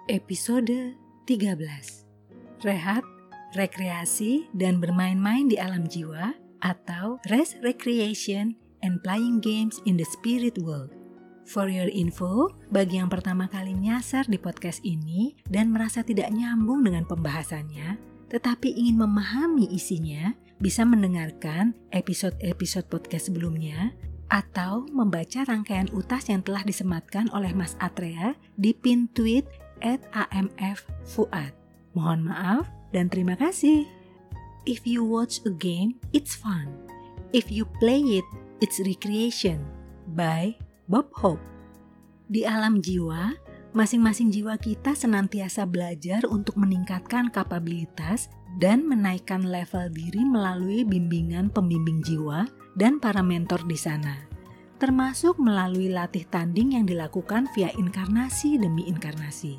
Episode 13. Rehat, rekreasi, dan bermain-main di alam jiwa atau Rest, Recreation, and Playing Games in the Spirit World. For your info, bagi yang pertama kali nyasar di podcast ini dan merasa tidak nyambung dengan pembahasannya, tetapi ingin memahami isinya, bisa mendengarkan episode-episode podcast sebelumnya atau membaca rangkaian utas yang telah disematkan oleh Mas Atrea di pin tweet @amffuad. Mohon maaf dan terima kasih. If you watch a game, it's fun. If you play it, it's recreation. By Bob Hope. Di alam jiwa, masing-masing jiwa kita senantiasa belajar untuk meningkatkan kapabilitas dan menaikkan level diri melalui bimbingan pembimbing jiwa dan para mentor di sana, termasuk melalui latih tanding yang dilakukan via inkarnasi demi inkarnasi.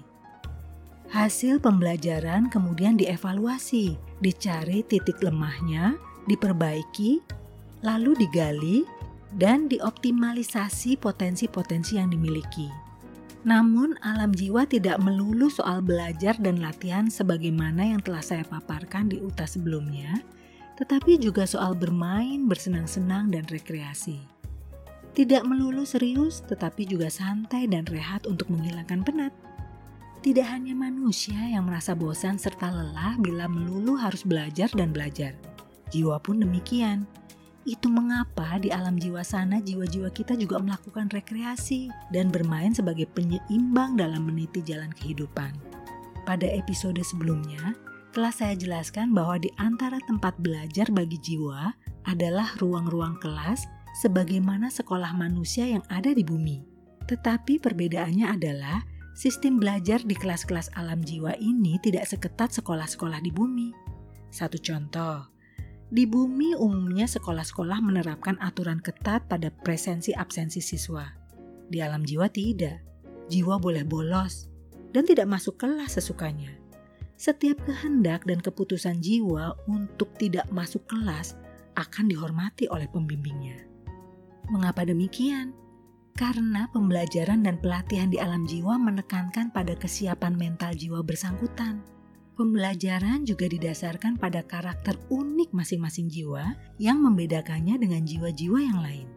Hasil pembelajaran kemudian dievaluasi, dicari titik lemahnya, diperbaiki, lalu digali, dan dioptimalisasi potensi-potensi yang dimiliki. Namun alam jiwa tidak melulu soal belajar dan latihan sebagaimana yang telah saya paparkan di utas sebelumnya, tetapi juga soal bermain, bersenang-senang, dan rekreasi. Tidak melulu serius, tetapi juga santai dan rehat untuk menghilangkan penat. Tidak hanya manusia yang merasa bosan serta lelah bila melulu harus belajar dan belajar. Jiwa pun demikian. Itu mengapa di alam jiwa sana jiwa-jiwa kita juga melakukan rekreasi dan bermain sebagai penyeimbang dalam meniti jalan kehidupan. Pada episode sebelumnya, telah saya jelaskan bahwa di antara tempat belajar bagi jiwa adalah ruang-ruang kelas sebagaimana sekolah manusia yang ada di bumi. Tetapi perbedaannya adalah sistem belajar di kelas-kelas alam jiwa ini tidak seketat sekolah-sekolah di bumi. Satu contoh, di bumi umumnya sekolah-sekolah menerapkan aturan ketat pada presensi-absensi siswa. Di alam jiwa tidak. Jiwa boleh bolos dan tidak masuk kelas sesukanya. Setiap kehendak dan keputusan jiwa untuk tidak masuk kelas akan dihormati oleh pembimbingnya. Mengapa demikian? Karena pembelajaran dan pelatihan di alam jiwa menekankan pada kesiapan mental jiwa bersangkutan. Pembelajaran juga didasarkan pada karakter unik masing-masing jiwa yang membedakannya dengan jiwa-jiwa yang lain.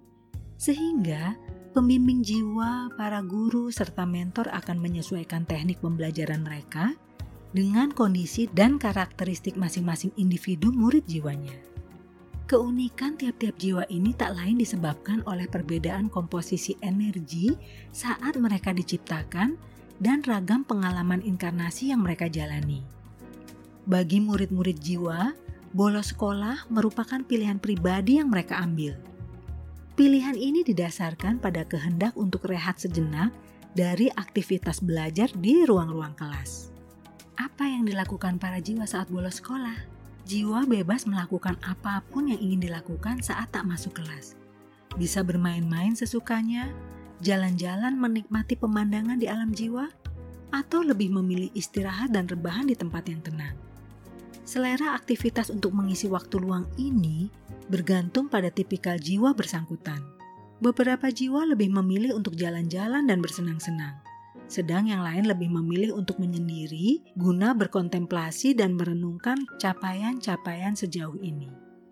Sehingga pembimbing jiwa, para guru, serta mentor akan menyesuaikan teknik pembelajaran mereka dengan kondisi dan karakteristik masing-masing individu murid jiwanya. Keunikan tiap-tiap jiwa ini tak lain disebabkan oleh perbedaan komposisi energi saat mereka diciptakan dan ragam pengalaman inkarnasi yang mereka jalani. Bagi murid-murid jiwa, bolos sekolah merupakan pilihan pribadi yang mereka ambil. Pilihan ini didasarkan pada kehendak untuk rehat sejenak dari aktivitas belajar di ruang-ruang kelas. Apa yang dilakukan para jiwa saat bolos sekolah? Jiwa bebas melakukan apapun yang ingin dilakukan saat tak masuk kelas. Bisa bermain-main sesukanya, jalan-jalan menikmati pemandangan di alam jiwa, atau lebih memilih istirahat dan rebahan di tempat yang tenang. Selera aktivitas untuk mengisi waktu luang ini bergantung pada tipikal jiwa bersangkutan. Beberapa jiwa lebih memilih untuk jalan-jalan dan bersenang-senang, sedang yang lain lebih memilih untuk menyendiri guna berkontemplasi dan merenungkan capaian-capaian sejauh ini.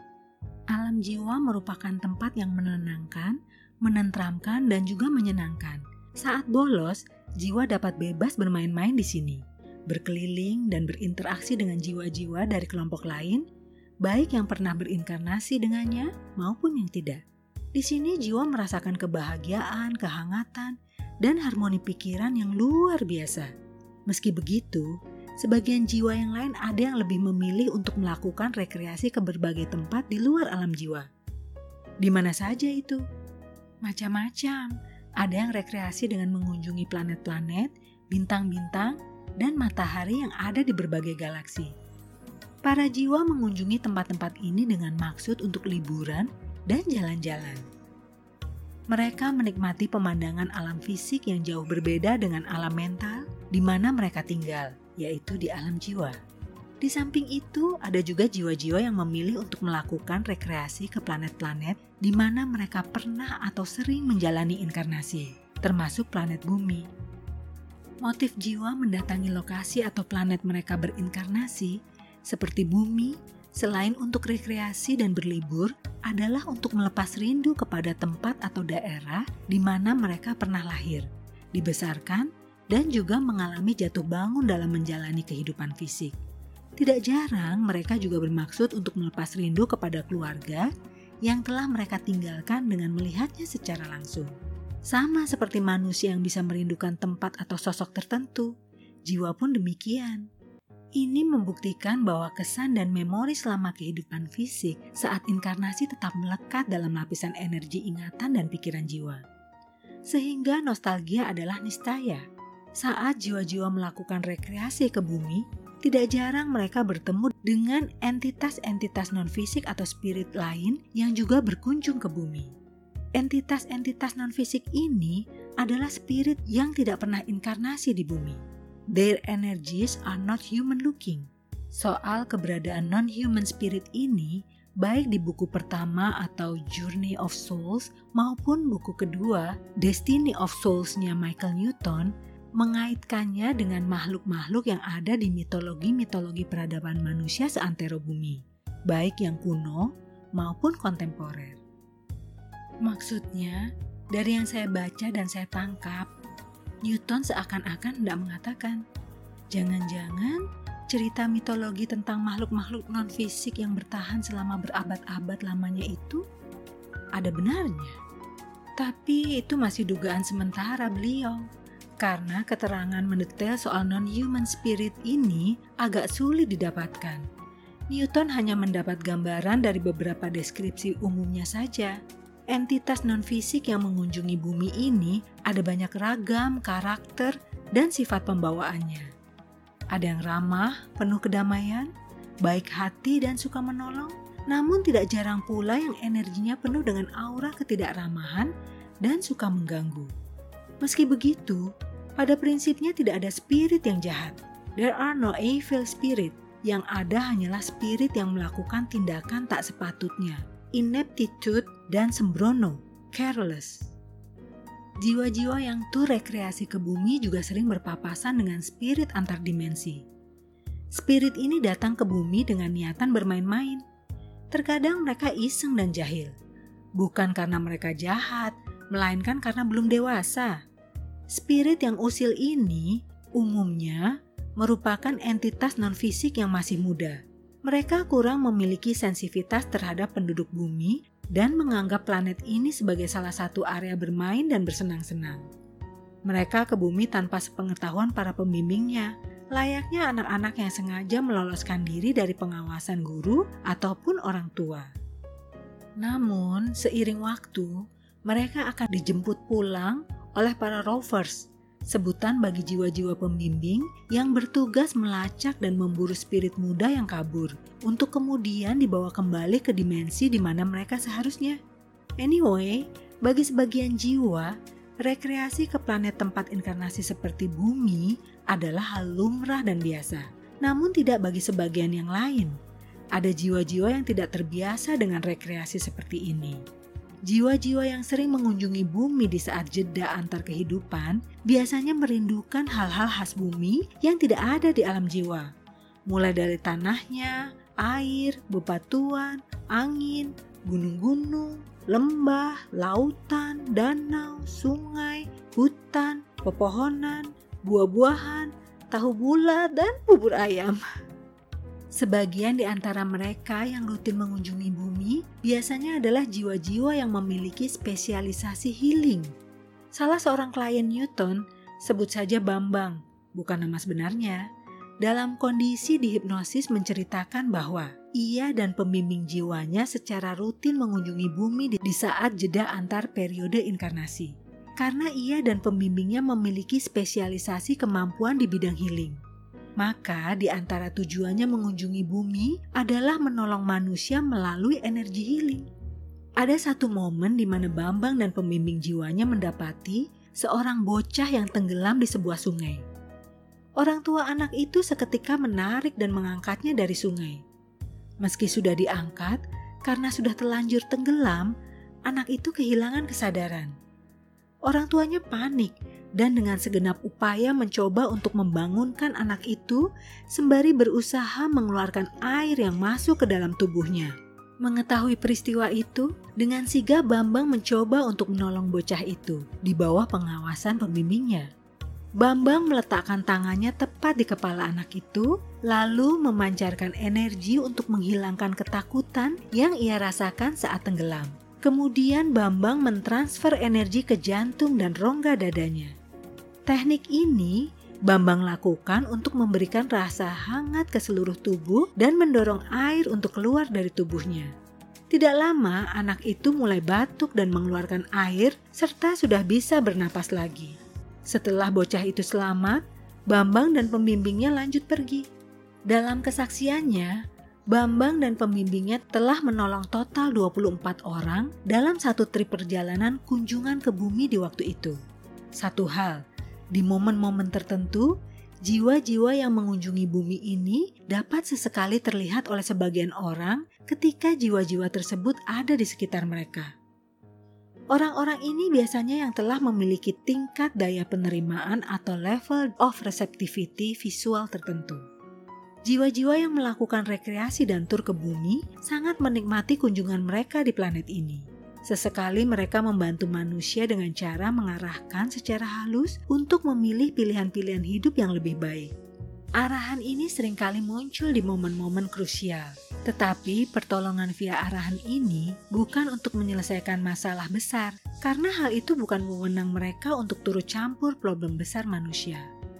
Alam jiwa merupakan tempat yang menenangkan, menenteramkan, dan juga menyenangkan. Saat bolos, jiwa dapat bebas bermain-main di sini, berkeliling dan berinteraksi dengan jiwa-jiwa dari kelompok lain, baik yang pernah berinkarnasi dengannya maupun yang tidak. Di sini jiwa merasakan kebahagiaan, kehangatan, dan harmoni pikiran yang luar biasa. Meski begitu, sebagian jiwa yang lain ada yang lebih memilih untuk melakukan rekreasi ke berbagai tempat di luar alam jiwa. Di mana saja itu? Macam-macam. Ada yang rekreasi dengan mengunjungi planet-planet, bintang-bintang, dan matahari yang ada di berbagai galaksi. Para jiwa mengunjungi tempat-tempat ini dengan maksud untuk liburan dan jalan-jalan. Mereka menikmati pemandangan alam fisik yang jauh berbeda dengan alam mental di mana mereka tinggal, yaitu di alam jiwa. Di samping itu, ada juga jiwa-jiwa yang memilih untuk melakukan rekreasi ke planet-planet di mana mereka pernah atau sering menjalani inkarnasi, termasuk planet bumi. Motif jiwa mendatangi lokasi atau planet mereka berinkarnasi, seperti bumi, selain untuk rekreasi dan berlibur, adalah untuk melepas rindu kepada tempat atau daerah di mana mereka pernah lahir, dibesarkan, dan juga mengalami jatuh bangun dalam menjalani kehidupan fisik. Tidak jarang mereka juga bermaksud untuk melepas rindu kepada keluarga yang telah mereka tinggalkan dengan melihatnya secara langsung. Sama seperti manusia yang bisa merindukan tempat atau sosok tertentu, jiwa pun demikian. Ini membuktikan bahwa kesan dan memori selama kehidupan fisik saat inkarnasi tetap melekat dalam lapisan energi ingatan dan pikiran jiwa. Sehingga nostalgia adalah niscaya. Saat jiwa-jiwa melakukan rekreasi ke bumi, tidak jarang mereka bertemu dengan entitas-entitas non-fisik atau spirit lain yang juga berkunjung ke bumi. Entitas-entitas non-fisik ini adalah spirit yang tidak pernah inkarnasi di bumi. Their energies are not human looking. Soal keberadaan non-human spirit ini, baik di buku pertama atau Journey of Souls maupun buku kedua, Destiny of Souls-nya Michael Newton, mengaitkannya dengan makhluk-makhluk yang ada di mitologi-mitologi peradaban manusia seantero bumi, baik yang kuno maupun kontemporer. Maksudnya, dari yang saya baca dan saya tangkap, Newton seakan-akan hendak mengatakan, jangan-jangan cerita mitologi tentang makhluk-makhluk non-fisik yang bertahan selama berabad-abad lamanya itu ada benarnya. Tapi itu masih dugaan sementara beliau, karena keterangan mendetail soal non-human spirit ini agak sulit didapatkan. Newton hanya mendapat gambaran dari beberapa deskripsi umumnya saja. Entitas non-fisik yang mengunjungi bumi ini ada banyak ragam karakter dan sifat pembawaannya. Ada yang ramah, penuh kedamaian, baik hati dan suka menolong, namun tidak jarang pula yang energinya penuh dengan aura ketidakramahan dan suka mengganggu. Meski begitu, pada prinsipnya tidak ada spirit yang jahat. There are no evil spirit. Yang ada hanyalah spirit yang melakukan tindakan tak sepatutnya, ineptitude dan sembrono, careless. Jiwa-jiwa yang tur rekreasi ke bumi juga sering berpapasan dengan spirit antar dimensi. Spirit ini datang ke bumi dengan niatan bermain-main. Terkadang mereka iseng dan jahil. Bukan karena mereka jahat, melainkan karena belum dewasa. Spirit yang usil ini umumnya merupakan entitas non-fisik yang masih muda. Mereka kurang memiliki sensitivitas terhadap penduduk bumi dan menganggap planet ini sebagai salah satu area bermain dan bersenang-senang. Mereka ke bumi tanpa sepengetahuan para pembimbingnya, layaknya anak-anak yang sengaja meloloskan diri dari pengawasan guru ataupun orang tua. Namun, seiring waktu, mereka akan dijemput pulang oleh para rovers, sebutan bagi jiwa-jiwa pembimbing yang bertugas melacak dan memburu spirit muda yang kabur untuk kemudian dibawa kembali ke dimensi di mana mereka seharusnya. Anyway, bagi sebagian jiwa, rekreasi ke planet tempat inkarnasi seperti bumi adalah hal lumrah dan biasa. Namun tidak bagi sebagian yang lain. Ada jiwa-jiwa yang tidak terbiasa dengan rekreasi seperti ini. Jiwa-jiwa yang sering mengunjungi bumi di saat jeda antar kehidupan biasanya merindukan hal-hal khas bumi yang tidak ada di alam jiwa. Mulai dari tanahnya, air, bebatuan, angin, gunung-gunung, lembah, lautan, danau, sungai, hutan, pepohonan, buah-buahan, tahu bulat, dan bubur ayam. Sebagian di antara mereka yang rutin mengunjungi bumi biasanya adalah jiwa-jiwa yang memiliki spesialisasi healing. Salah seorang klien Newton, sebut saja Bambang, bukan nama sebenarnya, dalam kondisi dihipnosis menceritakan bahwa ia dan pembimbing jiwanya secara rutin mengunjungi bumi di saat jeda antar periode inkarnasi. Karena ia dan pembimbingnya memiliki spesialisasi kemampuan di bidang healing. Maka di antara tujuannya mengunjungi bumi adalah menolong manusia melalui energi healing. Ada satu momen di mana Bambang dan pembimbing jiwanya mendapati seorang bocah yang tenggelam di sebuah sungai. Orang tua anak itu seketika menarik dan mengangkatnya dari sungai. Meski sudah diangkat, karena sudah terlanjur tenggelam, anak itu kehilangan kesadaran. Orang tuanya panik dan dengan segenap upaya mencoba untuk membangunkan anak itu sembari berusaha mengeluarkan air yang masuk ke dalam tubuhnya. Mengetahui peristiwa itu, dengan sigap Bambang mencoba untuk menolong bocah itu di bawah pengawasan pembimbingnya. Bambang meletakkan tangannya tepat di kepala anak itu, lalu memancarkan energi untuk menghilangkan ketakutan yang ia rasakan saat tenggelam. Kemudian Bambang mentransfer energi ke jantung dan rongga dadanya. Teknik ini Bambang lakukan untuk memberikan rasa hangat ke seluruh tubuh dan mendorong air untuk keluar dari tubuhnya. Tidak lama anak itu mulai batuk dan mengeluarkan air serta sudah bisa bernapas lagi. Setelah bocah itu selamat, Bambang dan pembimbingnya lanjut pergi. Dalam kesaksiannya, Bambang dan pembimbingnya telah menolong total 24 orang dalam satu trip perjalanan kunjungan ke bumi di waktu itu. Satu hal, di momen-momen tertentu, jiwa-jiwa yang mengunjungi bumi ini dapat sesekali terlihat oleh sebagian orang ketika jiwa-jiwa tersebut ada di sekitar mereka. Orang-orang ini biasanya yang telah memiliki tingkat daya penerimaan atau level of receptivity visual tertentu. Jiwa-jiwa yang melakukan rekreasi dan tur ke bumi sangat menikmati kunjungan mereka di planet ini. Sesekali mereka membantu manusia dengan cara mengarahkan secara halus untuk memilih pilihan-pilihan hidup yang lebih baik. Arahan ini seringkali muncul di momen-momen krusial. Tetapi pertolongan via arahan ini bukan untuk menyelesaikan masalah besar, karena hal itu bukan wewenang mereka untuk turut campur problem besar manusia.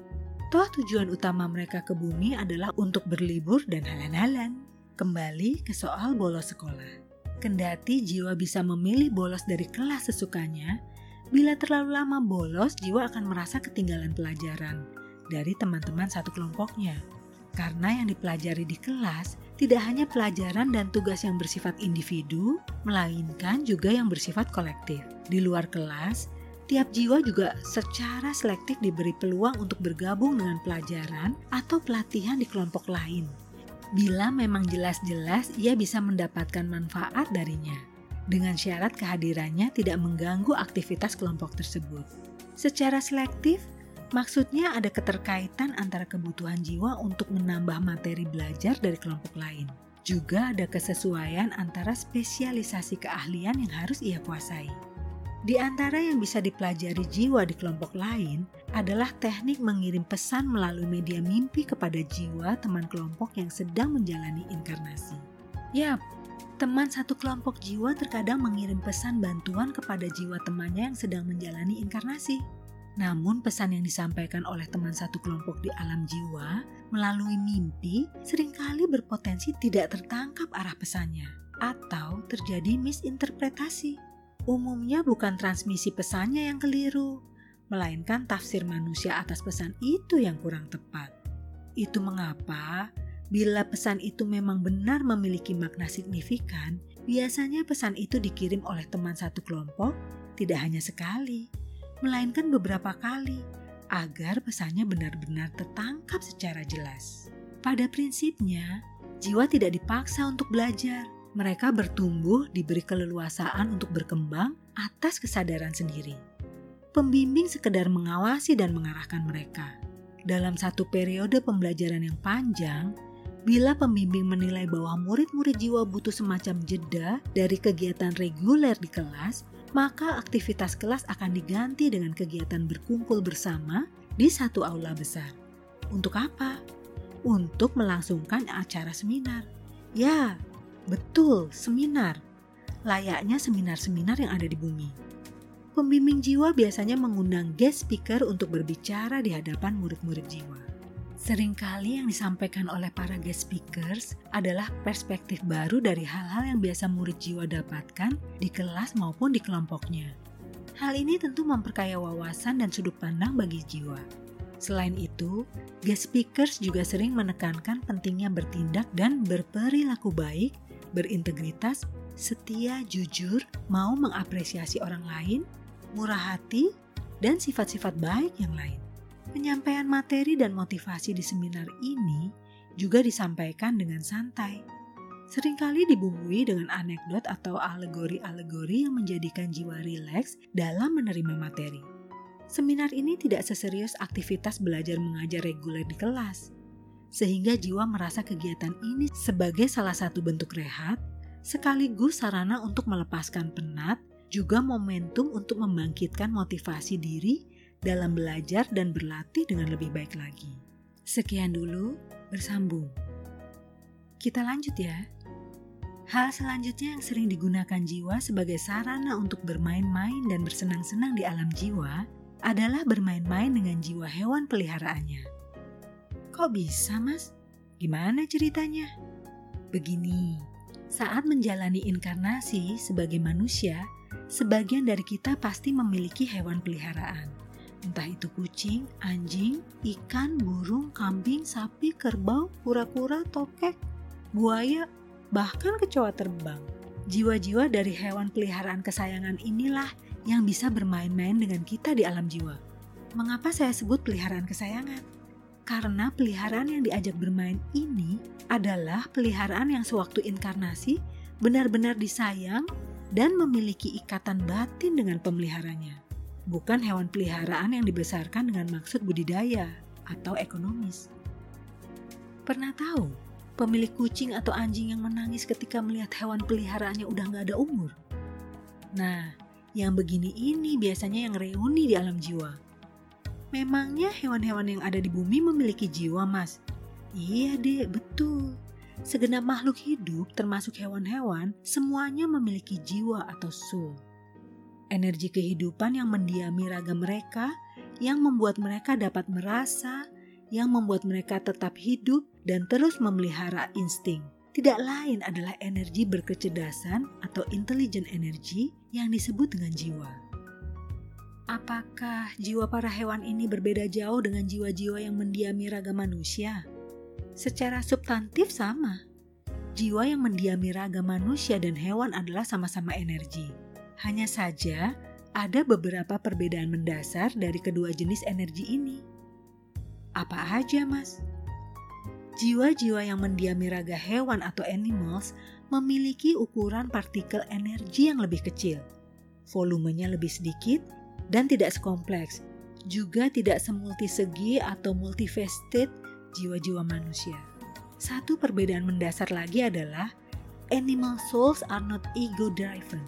Toh tujuan utama mereka ke bumi adalah untuk berlibur dan halan-halan. Kembali ke soal bolos sekolah. Kendati jiwa bisa memilih bolos dari kelas sesukanya, bila terlalu lama bolos, jiwa akan merasa ketinggalan pelajaran dari teman-teman satu kelompoknya. Karena yang dipelajari di kelas tidak hanya pelajaran dan tugas yang bersifat individu, melainkan juga yang bersifat kolektif. Di luar kelas, tiap jiwa juga secara selektif diberi peluang untuk bergabung dengan pelajaran atau pelatihan di kelompok lain. Bila memang jelas-jelas ia bisa mendapatkan manfaat darinya, dengan syarat kehadirannya tidak mengganggu aktivitas kelompok tersebut. Secara selektif, maksudnya ada keterkaitan antara kebutuhan jiwa untuk menambah materi belajar dari kelompok lain. Juga ada kesesuaian antara spesialisasi keahlian yang harus ia kuasai. Di antara yang bisa dipelajari jiwa di kelompok lain adalah teknik mengirim pesan melalui media mimpi kepada jiwa teman kelompok yang sedang menjalani inkarnasi. Yap, teman satu kelompok jiwa terkadang mengirim pesan bantuan kepada jiwa temannya yang sedang menjalani inkarnasi. Namun pesan yang disampaikan oleh teman satu kelompok di alam jiwa melalui mimpi seringkali berpotensi tidak tertangkap arah pesannya atau terjadi misinterpretasi. Umumnya bukan transmisi pesannya yang keliru, melainkan tafsir manusia atas pesan itu yang kurang tepat. Itu mengapa bila pesan itu memang benar memiliki makna signifikan, biasanya pesan itu dikirim oleh teman satu kelompok tidak hanya sekali, melainkan beberapa kali, agar pesannya benar-benar tertangkap secara jelas. Pada prinsipnya, jiwa tidak dipaksa untuk belajar. Mereka bertumbuh diberi keleluasaan untuk berkembang atas kesadaran sendiri. Pembimbing sekedar mengawasi dan mengarahkan mereka. Dalam satu periode pembelajaran yang panjang, bila pembimbing menilai bahwa murid-murid jiwa butuh semacam jeda dari kegiatan reguler di kelas, maka aktivitas kelas akan diganti dengan kegiatan berkumpul bersama di satu aula besar. Untuk apa? Untuk melangsungkan acara seminar. Ya, betul, seminar. Layaknya seminar-seminar yang ada di bumi. Pembimbing jiwa biasanya mengundang guest speaker untuk berbicara di hadapan murid-murid jiwa. Seringkali yang disampaikan oleh para guest speakers adalah perspektif baru dari hal-hal yang biasa murid jiwa dapatkan di kelas maupun di kelompoknya. Hal ini tentu memperkaya wawasan dan sudut pandang bagi jiwa. Selain itu, guest speakers juga sering menekankan pentingnya bertindak dan berperilaku baik, berintegritas, setia, jujur, mau mengapresiasi orang lain, murah hati, dan sifat-sifat baik yang lain. Penyampaian materi dan motivasi di seminar ini juga disampaikan dengan santai. Seringkali dibumbui dengan anekdot atau alegori-alegori yang menjadikan jiwa rileks dalam menerima materi. Seminar ini tidak seserius aktivitas belajar mengajar reguler di kelas, sehingga jiwa merasa kegiatan ini sebagai salah satu bentuk rehat, sekaligus sarana untuk melepaskan penat, juga momentum untuk membangkitkan motivasi diri dalam belajar dan berlatih dengan lebih baik lagi. Sekian dulu, bersambung. Kita lanjut ya. Hal selanjutnya yang sering digunakan jiwa sebagai sarana untuk bermain-main dan bersenang-senang di alam jiwa adalah bermain-main dengan jiwa hewan peliharaannya. Kok bisa, Mas? Gimana ceritanya? Begini, saat menjalani inkarnasi sebagai manusia, sebagian dari kita pasti memiliki hewan peliharaan. Entah itu kucing, anjing, ikan, burung, kambing, sapi, kerbau, kura-kura, tokek, buaya, bahkan kecoa terbang. Jiwa-jiwa dari hewan peliharaan kesayangan inilah yang bisa bermain-main dengan kita di alam jiwa. Mengapa saya sebut peliharaan kesayangan? Karena peliharaan yang diajak bermain ini adalah peliharaan yang sewaktu inkarnasi benar-benar disayang dan memiliki ikatan batin dengan pemeliharanya. Bukan hewan peliharaan yang dibesarkan dengan maksud budidaya atau ekonomis. Pernah tahu pemilik kucing atau anjing yang menangis ketika melihat hewan peliharaannya udah gak ada umur? Nah, yang begini ini biasanya yang reuni di alam jiwa. Memangnya hewan-hewan yang ada di bumi memiliki jiwa, Mas? Iya deh, betul. Segenap makhluk hidup termasuk hewan-hewan semuanya memiliki jiwa atau soul. Energi kehidupan yang mendiami raga mereka, yang membuat mereka dapat merasa, yang membuat mereka tetap hidup dan terus memelihara insting. Tidak lain adalah energi berkecerdasan atau intelligent energy yang disebut dengan jiwa. Apakah jiwa para hewan ini berbeda jauh dengan jiwa-jiwa yang mendiami raga manusia? Secara substantif sama. Jiwa yang mendiami raga manusia dan hewan adalah sama-sama energi. Hanya saja ada beberapa perbedaan mendasar dari kedua jenis energi ini. Apa aja, Mas? Jiwa-jiwa yang mendiami raga hewan atau animals memiliki ukuran partikel energi yang lebih kecil. Volumenya lebih sedikit dan tidak sekompleks, juga tidak semultisegi atau multifaceted jiwa-jiwa manusia. Satu perbedaan mendasar lagi adalah animal souls are not ego-driven.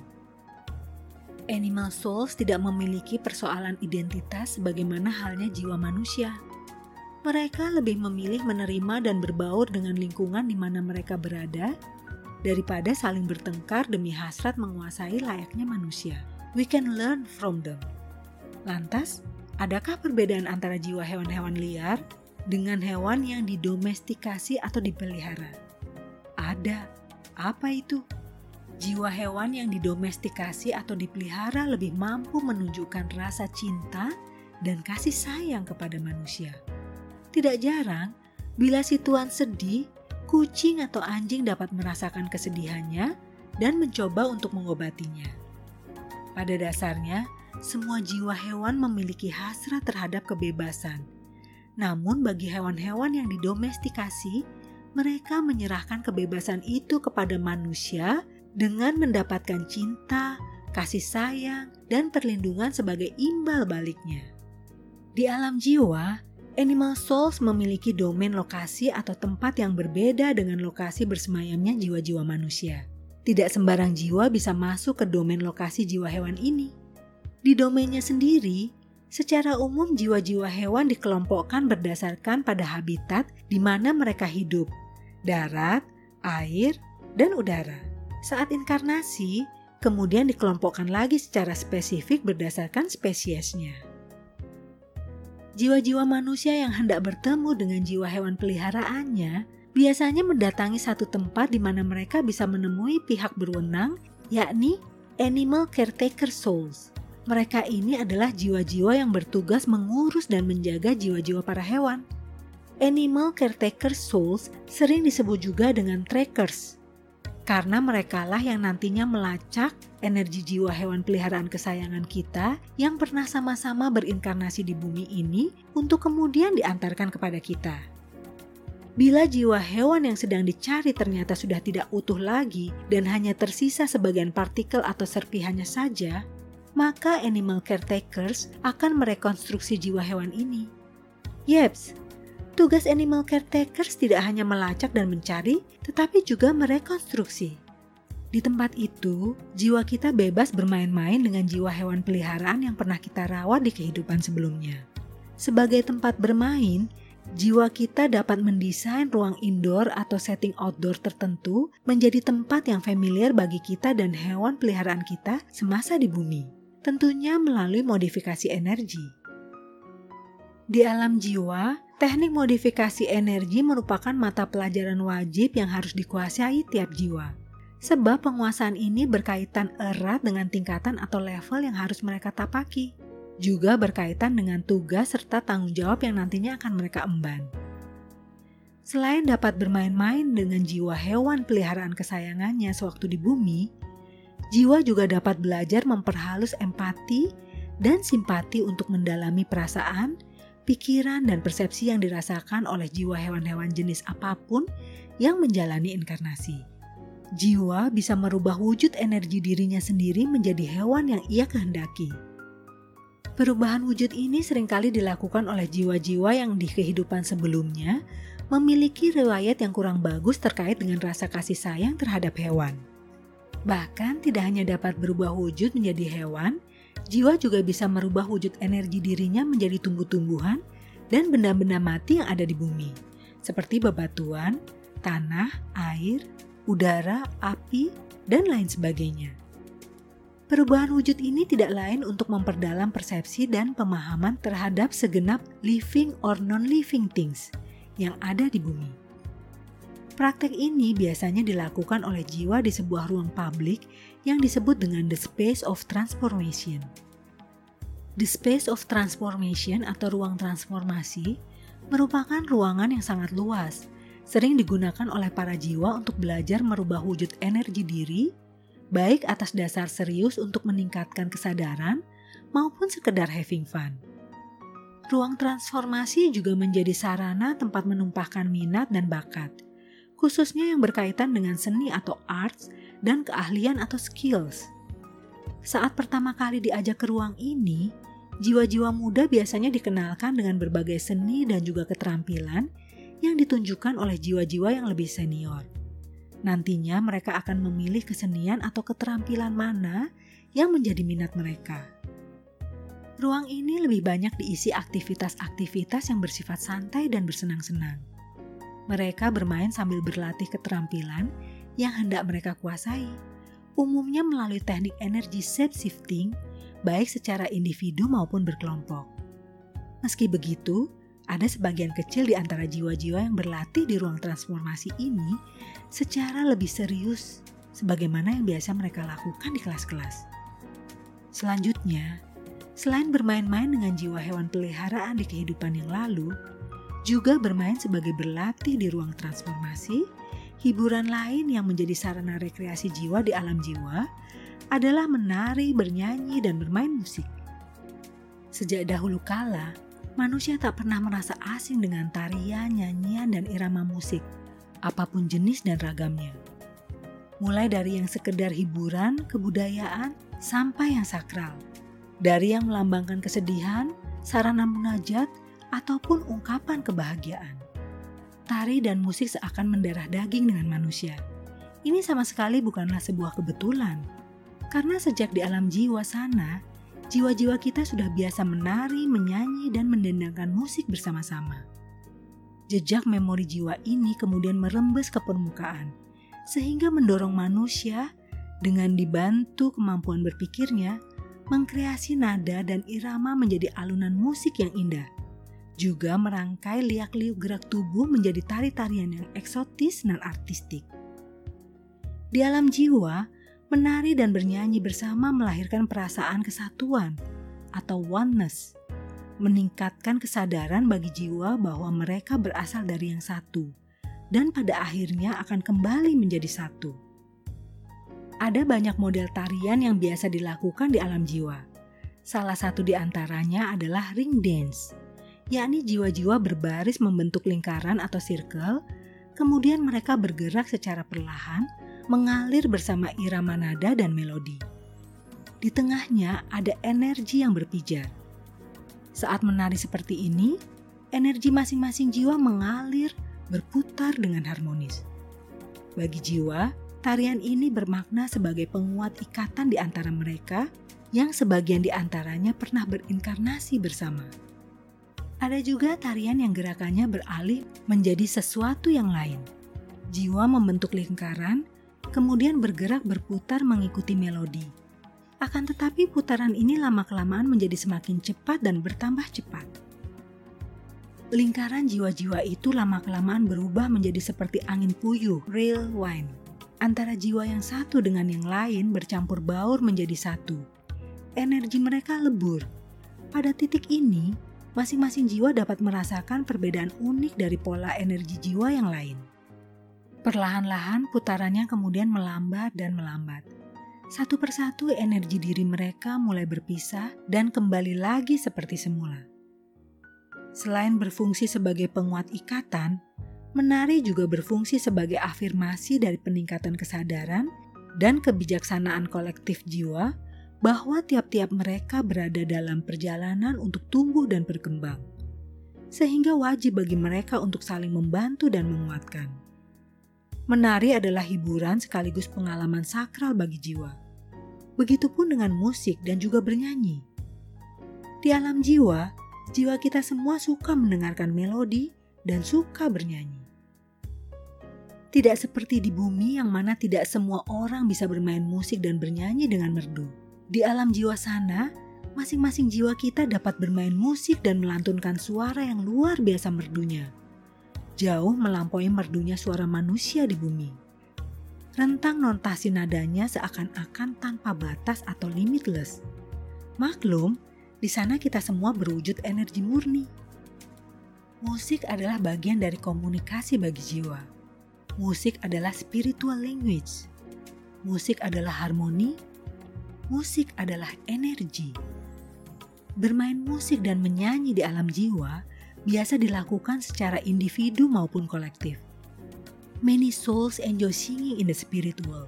Animal souls tidak memiliki persoalan identitas sebagaimana halnya jiwa manusia. Mereka lebih memilih menerima dan berbaur dengan lingkungan di mana mereka berada daripada saling bertengkar demi hasrat menguasai layaknya manusia. We can learn from them. Lantas, adakah perbedaan antara jiwa hewan-hewan liar dengan hewan yang didomestikasi atau dipelihara? Ada. Apa itu? Jiwa hewan yang didomestikasi atau dipelihara lebih mampu menunjukkan rasa cinta dan kasih sayang kepada manusia. Tidak jarang, bila si tuan sedih, kucing atau anjing dapat merasakan kesedihannya dan mencoba untuk mengobatinya. Pada dasarnya, semua jiwa hewan memiliki hasrat terhadap kebebasan. Namun bagi hewan-hewan yang didomestikasi, mereka menyerahkan kebebasan itu kepada manusia dengan mendapatkan cinta, kasih sayang, dan perlindungan sebagai imbal baliknya. Di alam jiwa, animal souls memiliki domain lokasi atau tempat yang berbeda dengan lokasi bersemayamnya jiwa-jiwa manusia. Tidak sembarang jiwa bisa masuk ke domain lokasi jiwa hewan ini. Di domainnya sendiri, secara umum jiwa-jiwa hewan dikelompokkan berdasarkan pada habitat di mana mereka hidup, darat, air, dan udara. Saat inkarnasi, kemudian dikelompokkan lagi secara spesifik berdasarkan spesiesnya. Jiwa-jiwa manusia yang hendak bertemu dengan jiwa hewan peliharaannya biasanya mendatangi satu tempat di mana mereka bisa menemui pihak berwenang, yakni animal caretaker souls. Mereka ini adalah jiwa-jiwa yang bertugas mengurus dan menjaga jiwa-jiwa para hewan. Animal caretaker souls sering disebut juga dengan trackers, karena merekalah yang nantinya melacak energi jiwa hewan peliharaan kesayangan kita yang pernah sama-sama berinkarnasi di bumi ini untuk kemudian diantarkan kepada kita. Bila jiwa hewan yang sedang dicari ternyata sudah tidak utuh lagi dan hanya tersisa sebagian partikel atau serpihannya saja, maka animal caretakers akan merekonstruksi jiwa hewan ini. Yeps, tugas animal caretakers tidak hanya melacak dan mencari, tetapi juga merekonstruksi. Di tempat itu, jiwa kita bebas bermain-main dengan jiwa hewan peliharaan yang pernah kita rawat di kehidupan sebelumnya. Sebagai tempat bermain, jiwa kita dapat mendesain ruang indoor atau setting outdoor tertentu menjadi tempat yang familiar bagi kita dan hewan peliharaan kita semasa di bumi. Tentunya melalui modifikasi energi. Di alam jiwa, teknik modifikasi energi merupakan mata pelajaran wajib yang harus dikuasai tiap jiwa. Sebab penguasaan ini berkaitan erat dengan tingkatan atau level yang harus mereka tapaki. Juga berkaitan dengan tugas serta tanggung jawab yang nantinya akan mereka emban. Selain dapat bermain-main dengan jiwa hewan peliharaan kesayangannya sewaktu di bumi, jiwa juga dapat belajar memperhalus empati dan simpati untuk mendalami perasaan, pikiran, dan persepsi yang dirasakan oleh jiwa hewan-hewan jenis apapun yang menjalani inkarnasi. Jiwa bisa merubah wujud energi dirinya sendiri menjadi hewan yang ia kehendaki. Perubahan wujud ini seringkali dilakukan oleh jiwa-jiwa yang di kehidupan sebelumnya memiliki riwayat yang kurang bagus terkait dengan rasa kasih sayang terhadap hewan. Bahkan tidak hanya dapat berubah wujud menjadi hewan, jiwa juga bisa merubah wujud energi dirinya menjadi tumbuh-tumbuhan dan benda-benda mati yang ada di bumi, seperti bebatuan, tanah, air, udara, api, dan lain sebagainya. Perubahan wujud ini tidak lain untuk memperdalam persepsi dan pemahaman terhadap segenap living or non-living things yang ada di bumi. Praktek ini biasanya dilakukan oleh jiwa di sebuah ruang publik yang disebut dengan the space of transformation. The space of transformation atau ruang transformasi merupakan ruangan yang sangat luas, sering digunakan oleh para jiwa untuk belajar merubah wujud energi diri, baik atas dasar serius untuk meningkatkan kesadaran maupun sekedar having fun. Ruang transformasi juga menjadi sarana tempat menumpahkan minat dan bakat, khususnya yang berkaitan dengan seni atau arts dan keahlian atau skills. Saat pertama kali diajak ke ruang ini, jiwa-jiwa muda biasanya dikenalkan dengan berbagai seni dan juga keterampilan yang ditunjukkan oleh jiwa-jiwa yang lebih senior. Nantinya mereka akan memilih kesenian atau keterampilan mana yang menjadi minat mereka. Ruang ini lebih banyak diisi aktivitas-aktivitas yang bersifat santai dan bersenang-senang. Mereka bermain sambil berlatih keterampilan yang hendak mereka kuasai, umumnya melalui teknik energi shape-shifting, baik secara individu maupun berkelompok. Meski begitu, ada sebagian kecil di antara jiwa-jiwa yang berlatih di ruang transformasi ini secara lebih serius, sebagaimana yang biasa mereka lakukan di kelas-kelas. Selanjutnya, selain bermain-main dengan jiwa hewan peliharaan di kehidupan yang lalu, juga bermain sebagai berlatih di ruang transformasi, hiburan lain yang menjadi sarana rekreasi jiwa di alam jiwa adalah menari, bernyanyi, dan bermain musik. Sejak dahulu kala, manusia tak pernah merasa asing dengan tarian, nyanyian, dan irama musik, apapun jenis dan ragamnya. Mulai dari yang sekedar hiburan, kebudayaan, sampai yang sakral. Dari yang melambangkan kesedihan, sarana munajat, ataupun ungkapan kebahagiaan. Tari dan musik seakan mendarah daging dengan manusia. Ini sama sekali bukanlah sebuah kebetulan. Karena sejak di alam jiwa sana, jiwa-jiwa kita sudah biasa menari, menyanyi, dan mendendangkan musik bersama-sama. Jejak memori jiwa ini kemudian merembes ke permukaan, sehingga mendorong manusia dengan dibantu kemampuan berpikirnya, mengkreasi nada dan irama menjadi alunan musik yang indah. Juga merangkai liak-liuk gerak tubuh menjadi tari-tarian yang eksotis dan artistik. Di alam jiwa, menari dan bernyanyi bersama melahirkan perasaan kesatuan atau oneness, meningkatkan kesadaran bagi jiwa bahwa mereka berasal dari yang satu dan pada akhirnya akan kembali menjadi satu. Ada banyak model tarian yang biasa dilakukan di alam jiwa. Salah satu di antaranya adalah ring dance, yakni jiwa-jiwa berbaris membentuk lingkaran atau circle, kemudian mereka bergerak secara perlahan, mengalir bersama irama nada dan melodi. Di tengahnya ada energi yang berpijar. Saat menari seperti ini, energi masing-masing jiwa mengalir, berputar dengan harmonis. Bagi jiwa, tarian ini bermakna sebagai penguat ikatan di antara mereka yang sebagian di antaranya pernah berinkarnasi bersama. Ada juga tarian yang gerakannya beralih menjadi sesuatu yang lain. Jiwa membentuk lingkaran, kemudian bergerak berputar mengikuti melodi. Akan tetapi putaran ini lama-kelamaan menjadi semakin cepat dan bertambah cepat. Lingkaran jiwa-jiwa itu lama-kelamaan berubah menjadi seperti angin puyuh, real wind. Antara jiwa yang satu dengan yang lain bercampur baur menjadi satu. Energi mereka lebur. Pada titik ini, masing-masing jiwa dapat merasakan perbedaan unik dari pola energi jiwa yang lain. Perlahan-lahan putarannya kemudian melambat dan melambat. Satu persatu energi diri mereka mulai berpisah dan kembali lagi seperti semula. Selain berfungsi sebagai penguat ikatan, menari juga berfungsi sebagai afirmasi dari peningkatan kesadaran dan kebijaksanaan kolektif jiwa bahwa tiap-tiap mereka berada dalam perjalanan untuk tumbuh dan berkembang. Sehingga wajib bagi mereka untuk saling membantu dan menguatkan. Menari adalah hiburan sekaligus pengalaman sakral bagi jiwa. Begitupun dengan musik dan juga bernyanyi. Di alam jiwa, jiwa kita semua suka mendengarkan melodi dan suka bernyanyi. Tidak seperti di bumi yang mana tidak semua orang bisa bermain musik dan bernyanyi dengan merdu. Di alam jiwa sana, masing-masing jiwa kita dapat bermain musik dan melantunkan suara yang luar biasa merdunya. Jauh melampaui merdunya suara manusia di bumi. Rentang notasi nadanya seakan-akan tanpa batas atau limitless. Maklum, di sana kita semua berwujud energi murni. Musik adalah bagian dari komunikasi bagi jiwa. Musik adalah spiritual language. Musik adalah harmoni. Musik adalah energi. Bermain musik dan menyanyi di alam jiwa biasa dilakukan secara individu maupun kolektif. Many souls enjoy singing in the spirit world.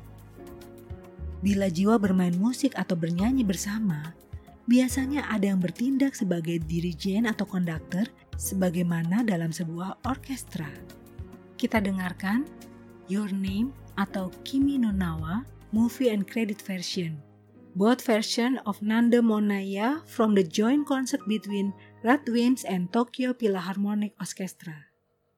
Bila jiwa bermain musik atau bernyanyi bersama, biasanya ada yang bertindak sebagai dirijen atau konduktor sebagaimana dalam sebuah orkestra. Kita dengarkan Your Name atau Kimi no Nawa movie and credit version. Both version of Nanda Monaya from the joint concert between Radwimps and Tokyo Philharmonic Orchestra.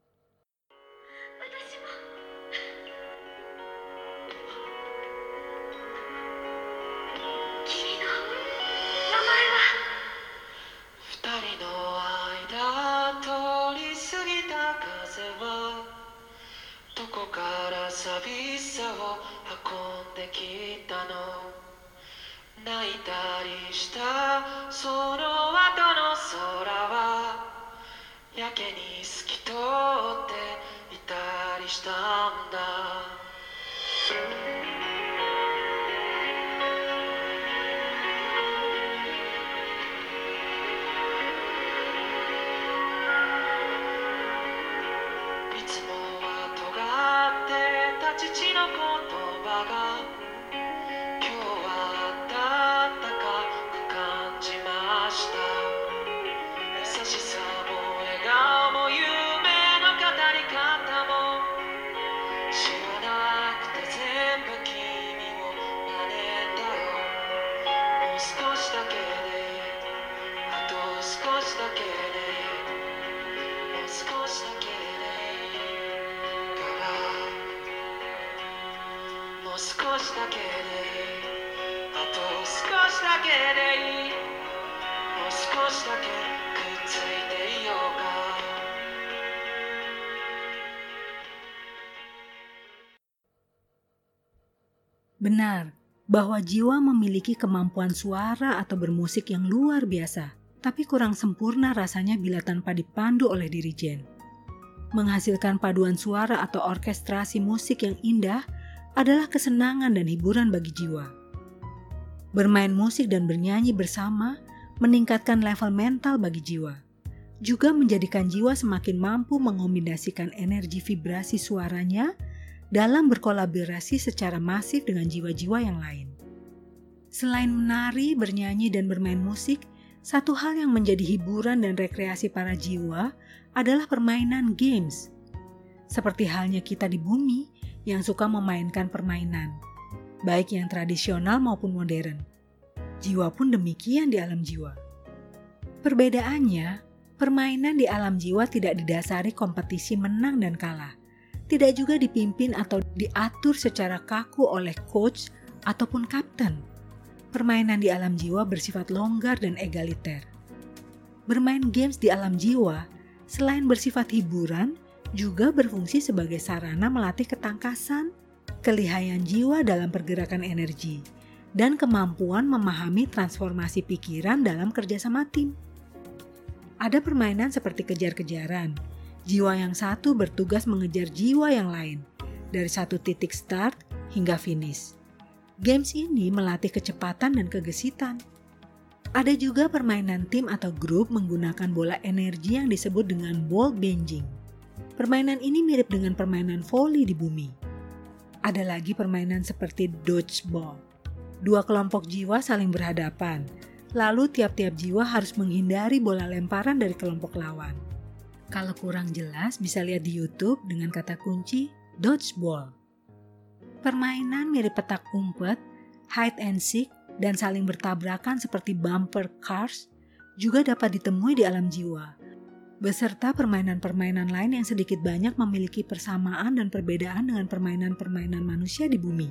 寂しさを運んできたの泣いたりしたその後の空はやけに透き通っていたりしたんだ父の言葉が今日は暖かく感じました優しさも笑顔も夢の語り方も知らなくて全部君を真似たよもう少しだけであと少しだけでもう少しだけでいいからもう少しだけであと少しだけでいいもう少しだけくっついていようか Benar, bahwa jiwa memiliki kemampuan suara atau bermusik yang luar biasa, tapi kurang sempurna rasanya bila tanpa dipandu oleh dirijen. Menghasilkan paduan suara atau orkestrasi musik yang indah adalah kesenangan dan hiburan bagi jiwa. Bermain musik dan bernyanyi bersama meningkatkan level mental bagi jiwa. Juga menjadikan jiwa semakin mampu mengombinasikan energi vibrasi suaranya dalam berkolaborasi secara masif dengan jiwa-jiwa yang lain. Selain menari, bernyanyi, dan bermain musik, satu hal yang menjadi hiburan dan rekreasi para jiwa adalah permainan games. Seperti halnya kita di bumi yang suka memainkan permainan, baik yang tradisional maupun modern. Jiwa pun demikian di alam jiwa. Perbedaannya, permainan di alam jiwa tidak didasari kompetisi menang dan kalah, tidak juga dipimpin atau diatur secara kaku oleh coach ataupun kapten. Permainan di alam jiwa bersifat longgar dan egaliter. Bermain games di alam jiwa selain bersifat hiburan, juga berfungsi sebagai sarana melatih ketangkasan, kelihayan jiwa dalam pergerakan energi, dan kemampuan memahami transformasi pikiran dalam kerjasama tim. Ada permainan seperti kejar-kejaran. Jiwa yang satu bertugas mengejar jiwa yang lain, dari satu titik start hingga finish. Games ini melatih kecepatan dan kegesitan. Ada juga permainan tim atau grup menggunakan bola energi yang disebut dengan ball banging. Permainan ini mirip dengan permainan voli di bumi. Ada lagi permainan seperti dodgeball. Dua kelompok jiwa saling berhadapan, lalu tiap-tiap jiwa harus menghindari bola lemparan dari kelompok lawan. Kalau kurang jelas bisa lihat di YouTube dengan kata kunci dodgeball. Permainan mirip petak umpet, hide and seek, dan saling bertabrakan seperti bumper cars juga dapat ditemui di alam jiwa, beserta permainan-permainan lain yang sedikit banyak memiliki persamaan dan perbedaan dengan permainan-permainan manusia di bumi.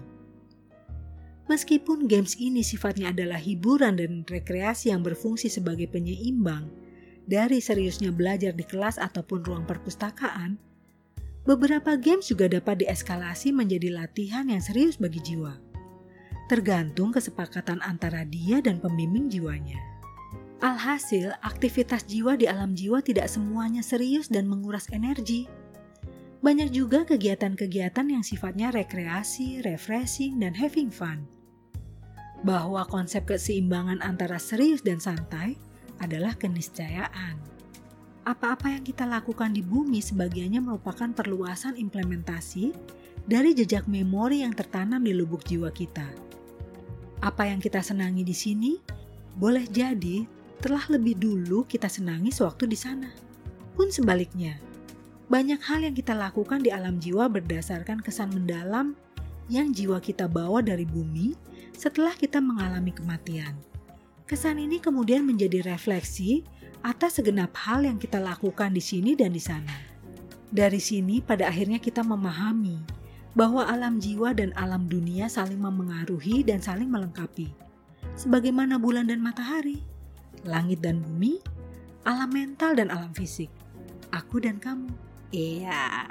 Meskipun games ini sifatnya adalah hiburan dan rekreasi yang berfungsi sebagai penyeimbang dari seriusnya belajar di kelas ataupun ruang perpustakaan, beberapa games juga dapat dieskalasi menjadi latihan yang serius bagi jiwa, tergantung kesepakatan antara dia dan pembimbing jiwanya. Alhasil, aktivitas jiwa di alam jiwa tidak semuanya serius dan menguras energi. Banyak juga kegiatan-kegiatan yang sifatnya rekreasi, refreshing, dan having fun. Bahwa konsep keseimbangan antara serius dan santai adalah keniscayaan. Apa-apa yang kita lakukan di bumi sebagiannya merupakan perluasan implementasi dari jejak memori yang tertanam di lubuk jiwa kita. Apa yang kita senangi di sini boleh jadi telah lebih dulu kita senangi sewaktu di sana. Pun sebaliknya, banyak hal yang kita lakukan di alam jiwa berdasarkan kesan mendalam yang jiwa kita bawa dari bumi setelah kita mengalami kematian. Kesan ini kemudian menjadi refleksi atas segenap hal yang kita lakukan di sini dan di sana. Dari sini pada akhirnya kita memahami bahwa alam jiwa dan alam dunia saling memengaruhi dan saling melengkapi. Sebagaimana bulan dan matahari, langit dan bumi, alam mental dan alam fisik, aku dan kamu. Iya.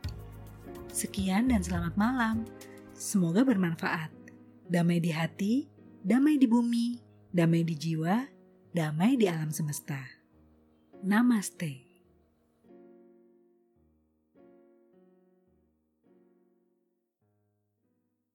Sekian dan selamat malam. Semoga bermanfaat. Damai di hati, damai di bumi, damai di jiwa, damai di alam semesta. Namaste.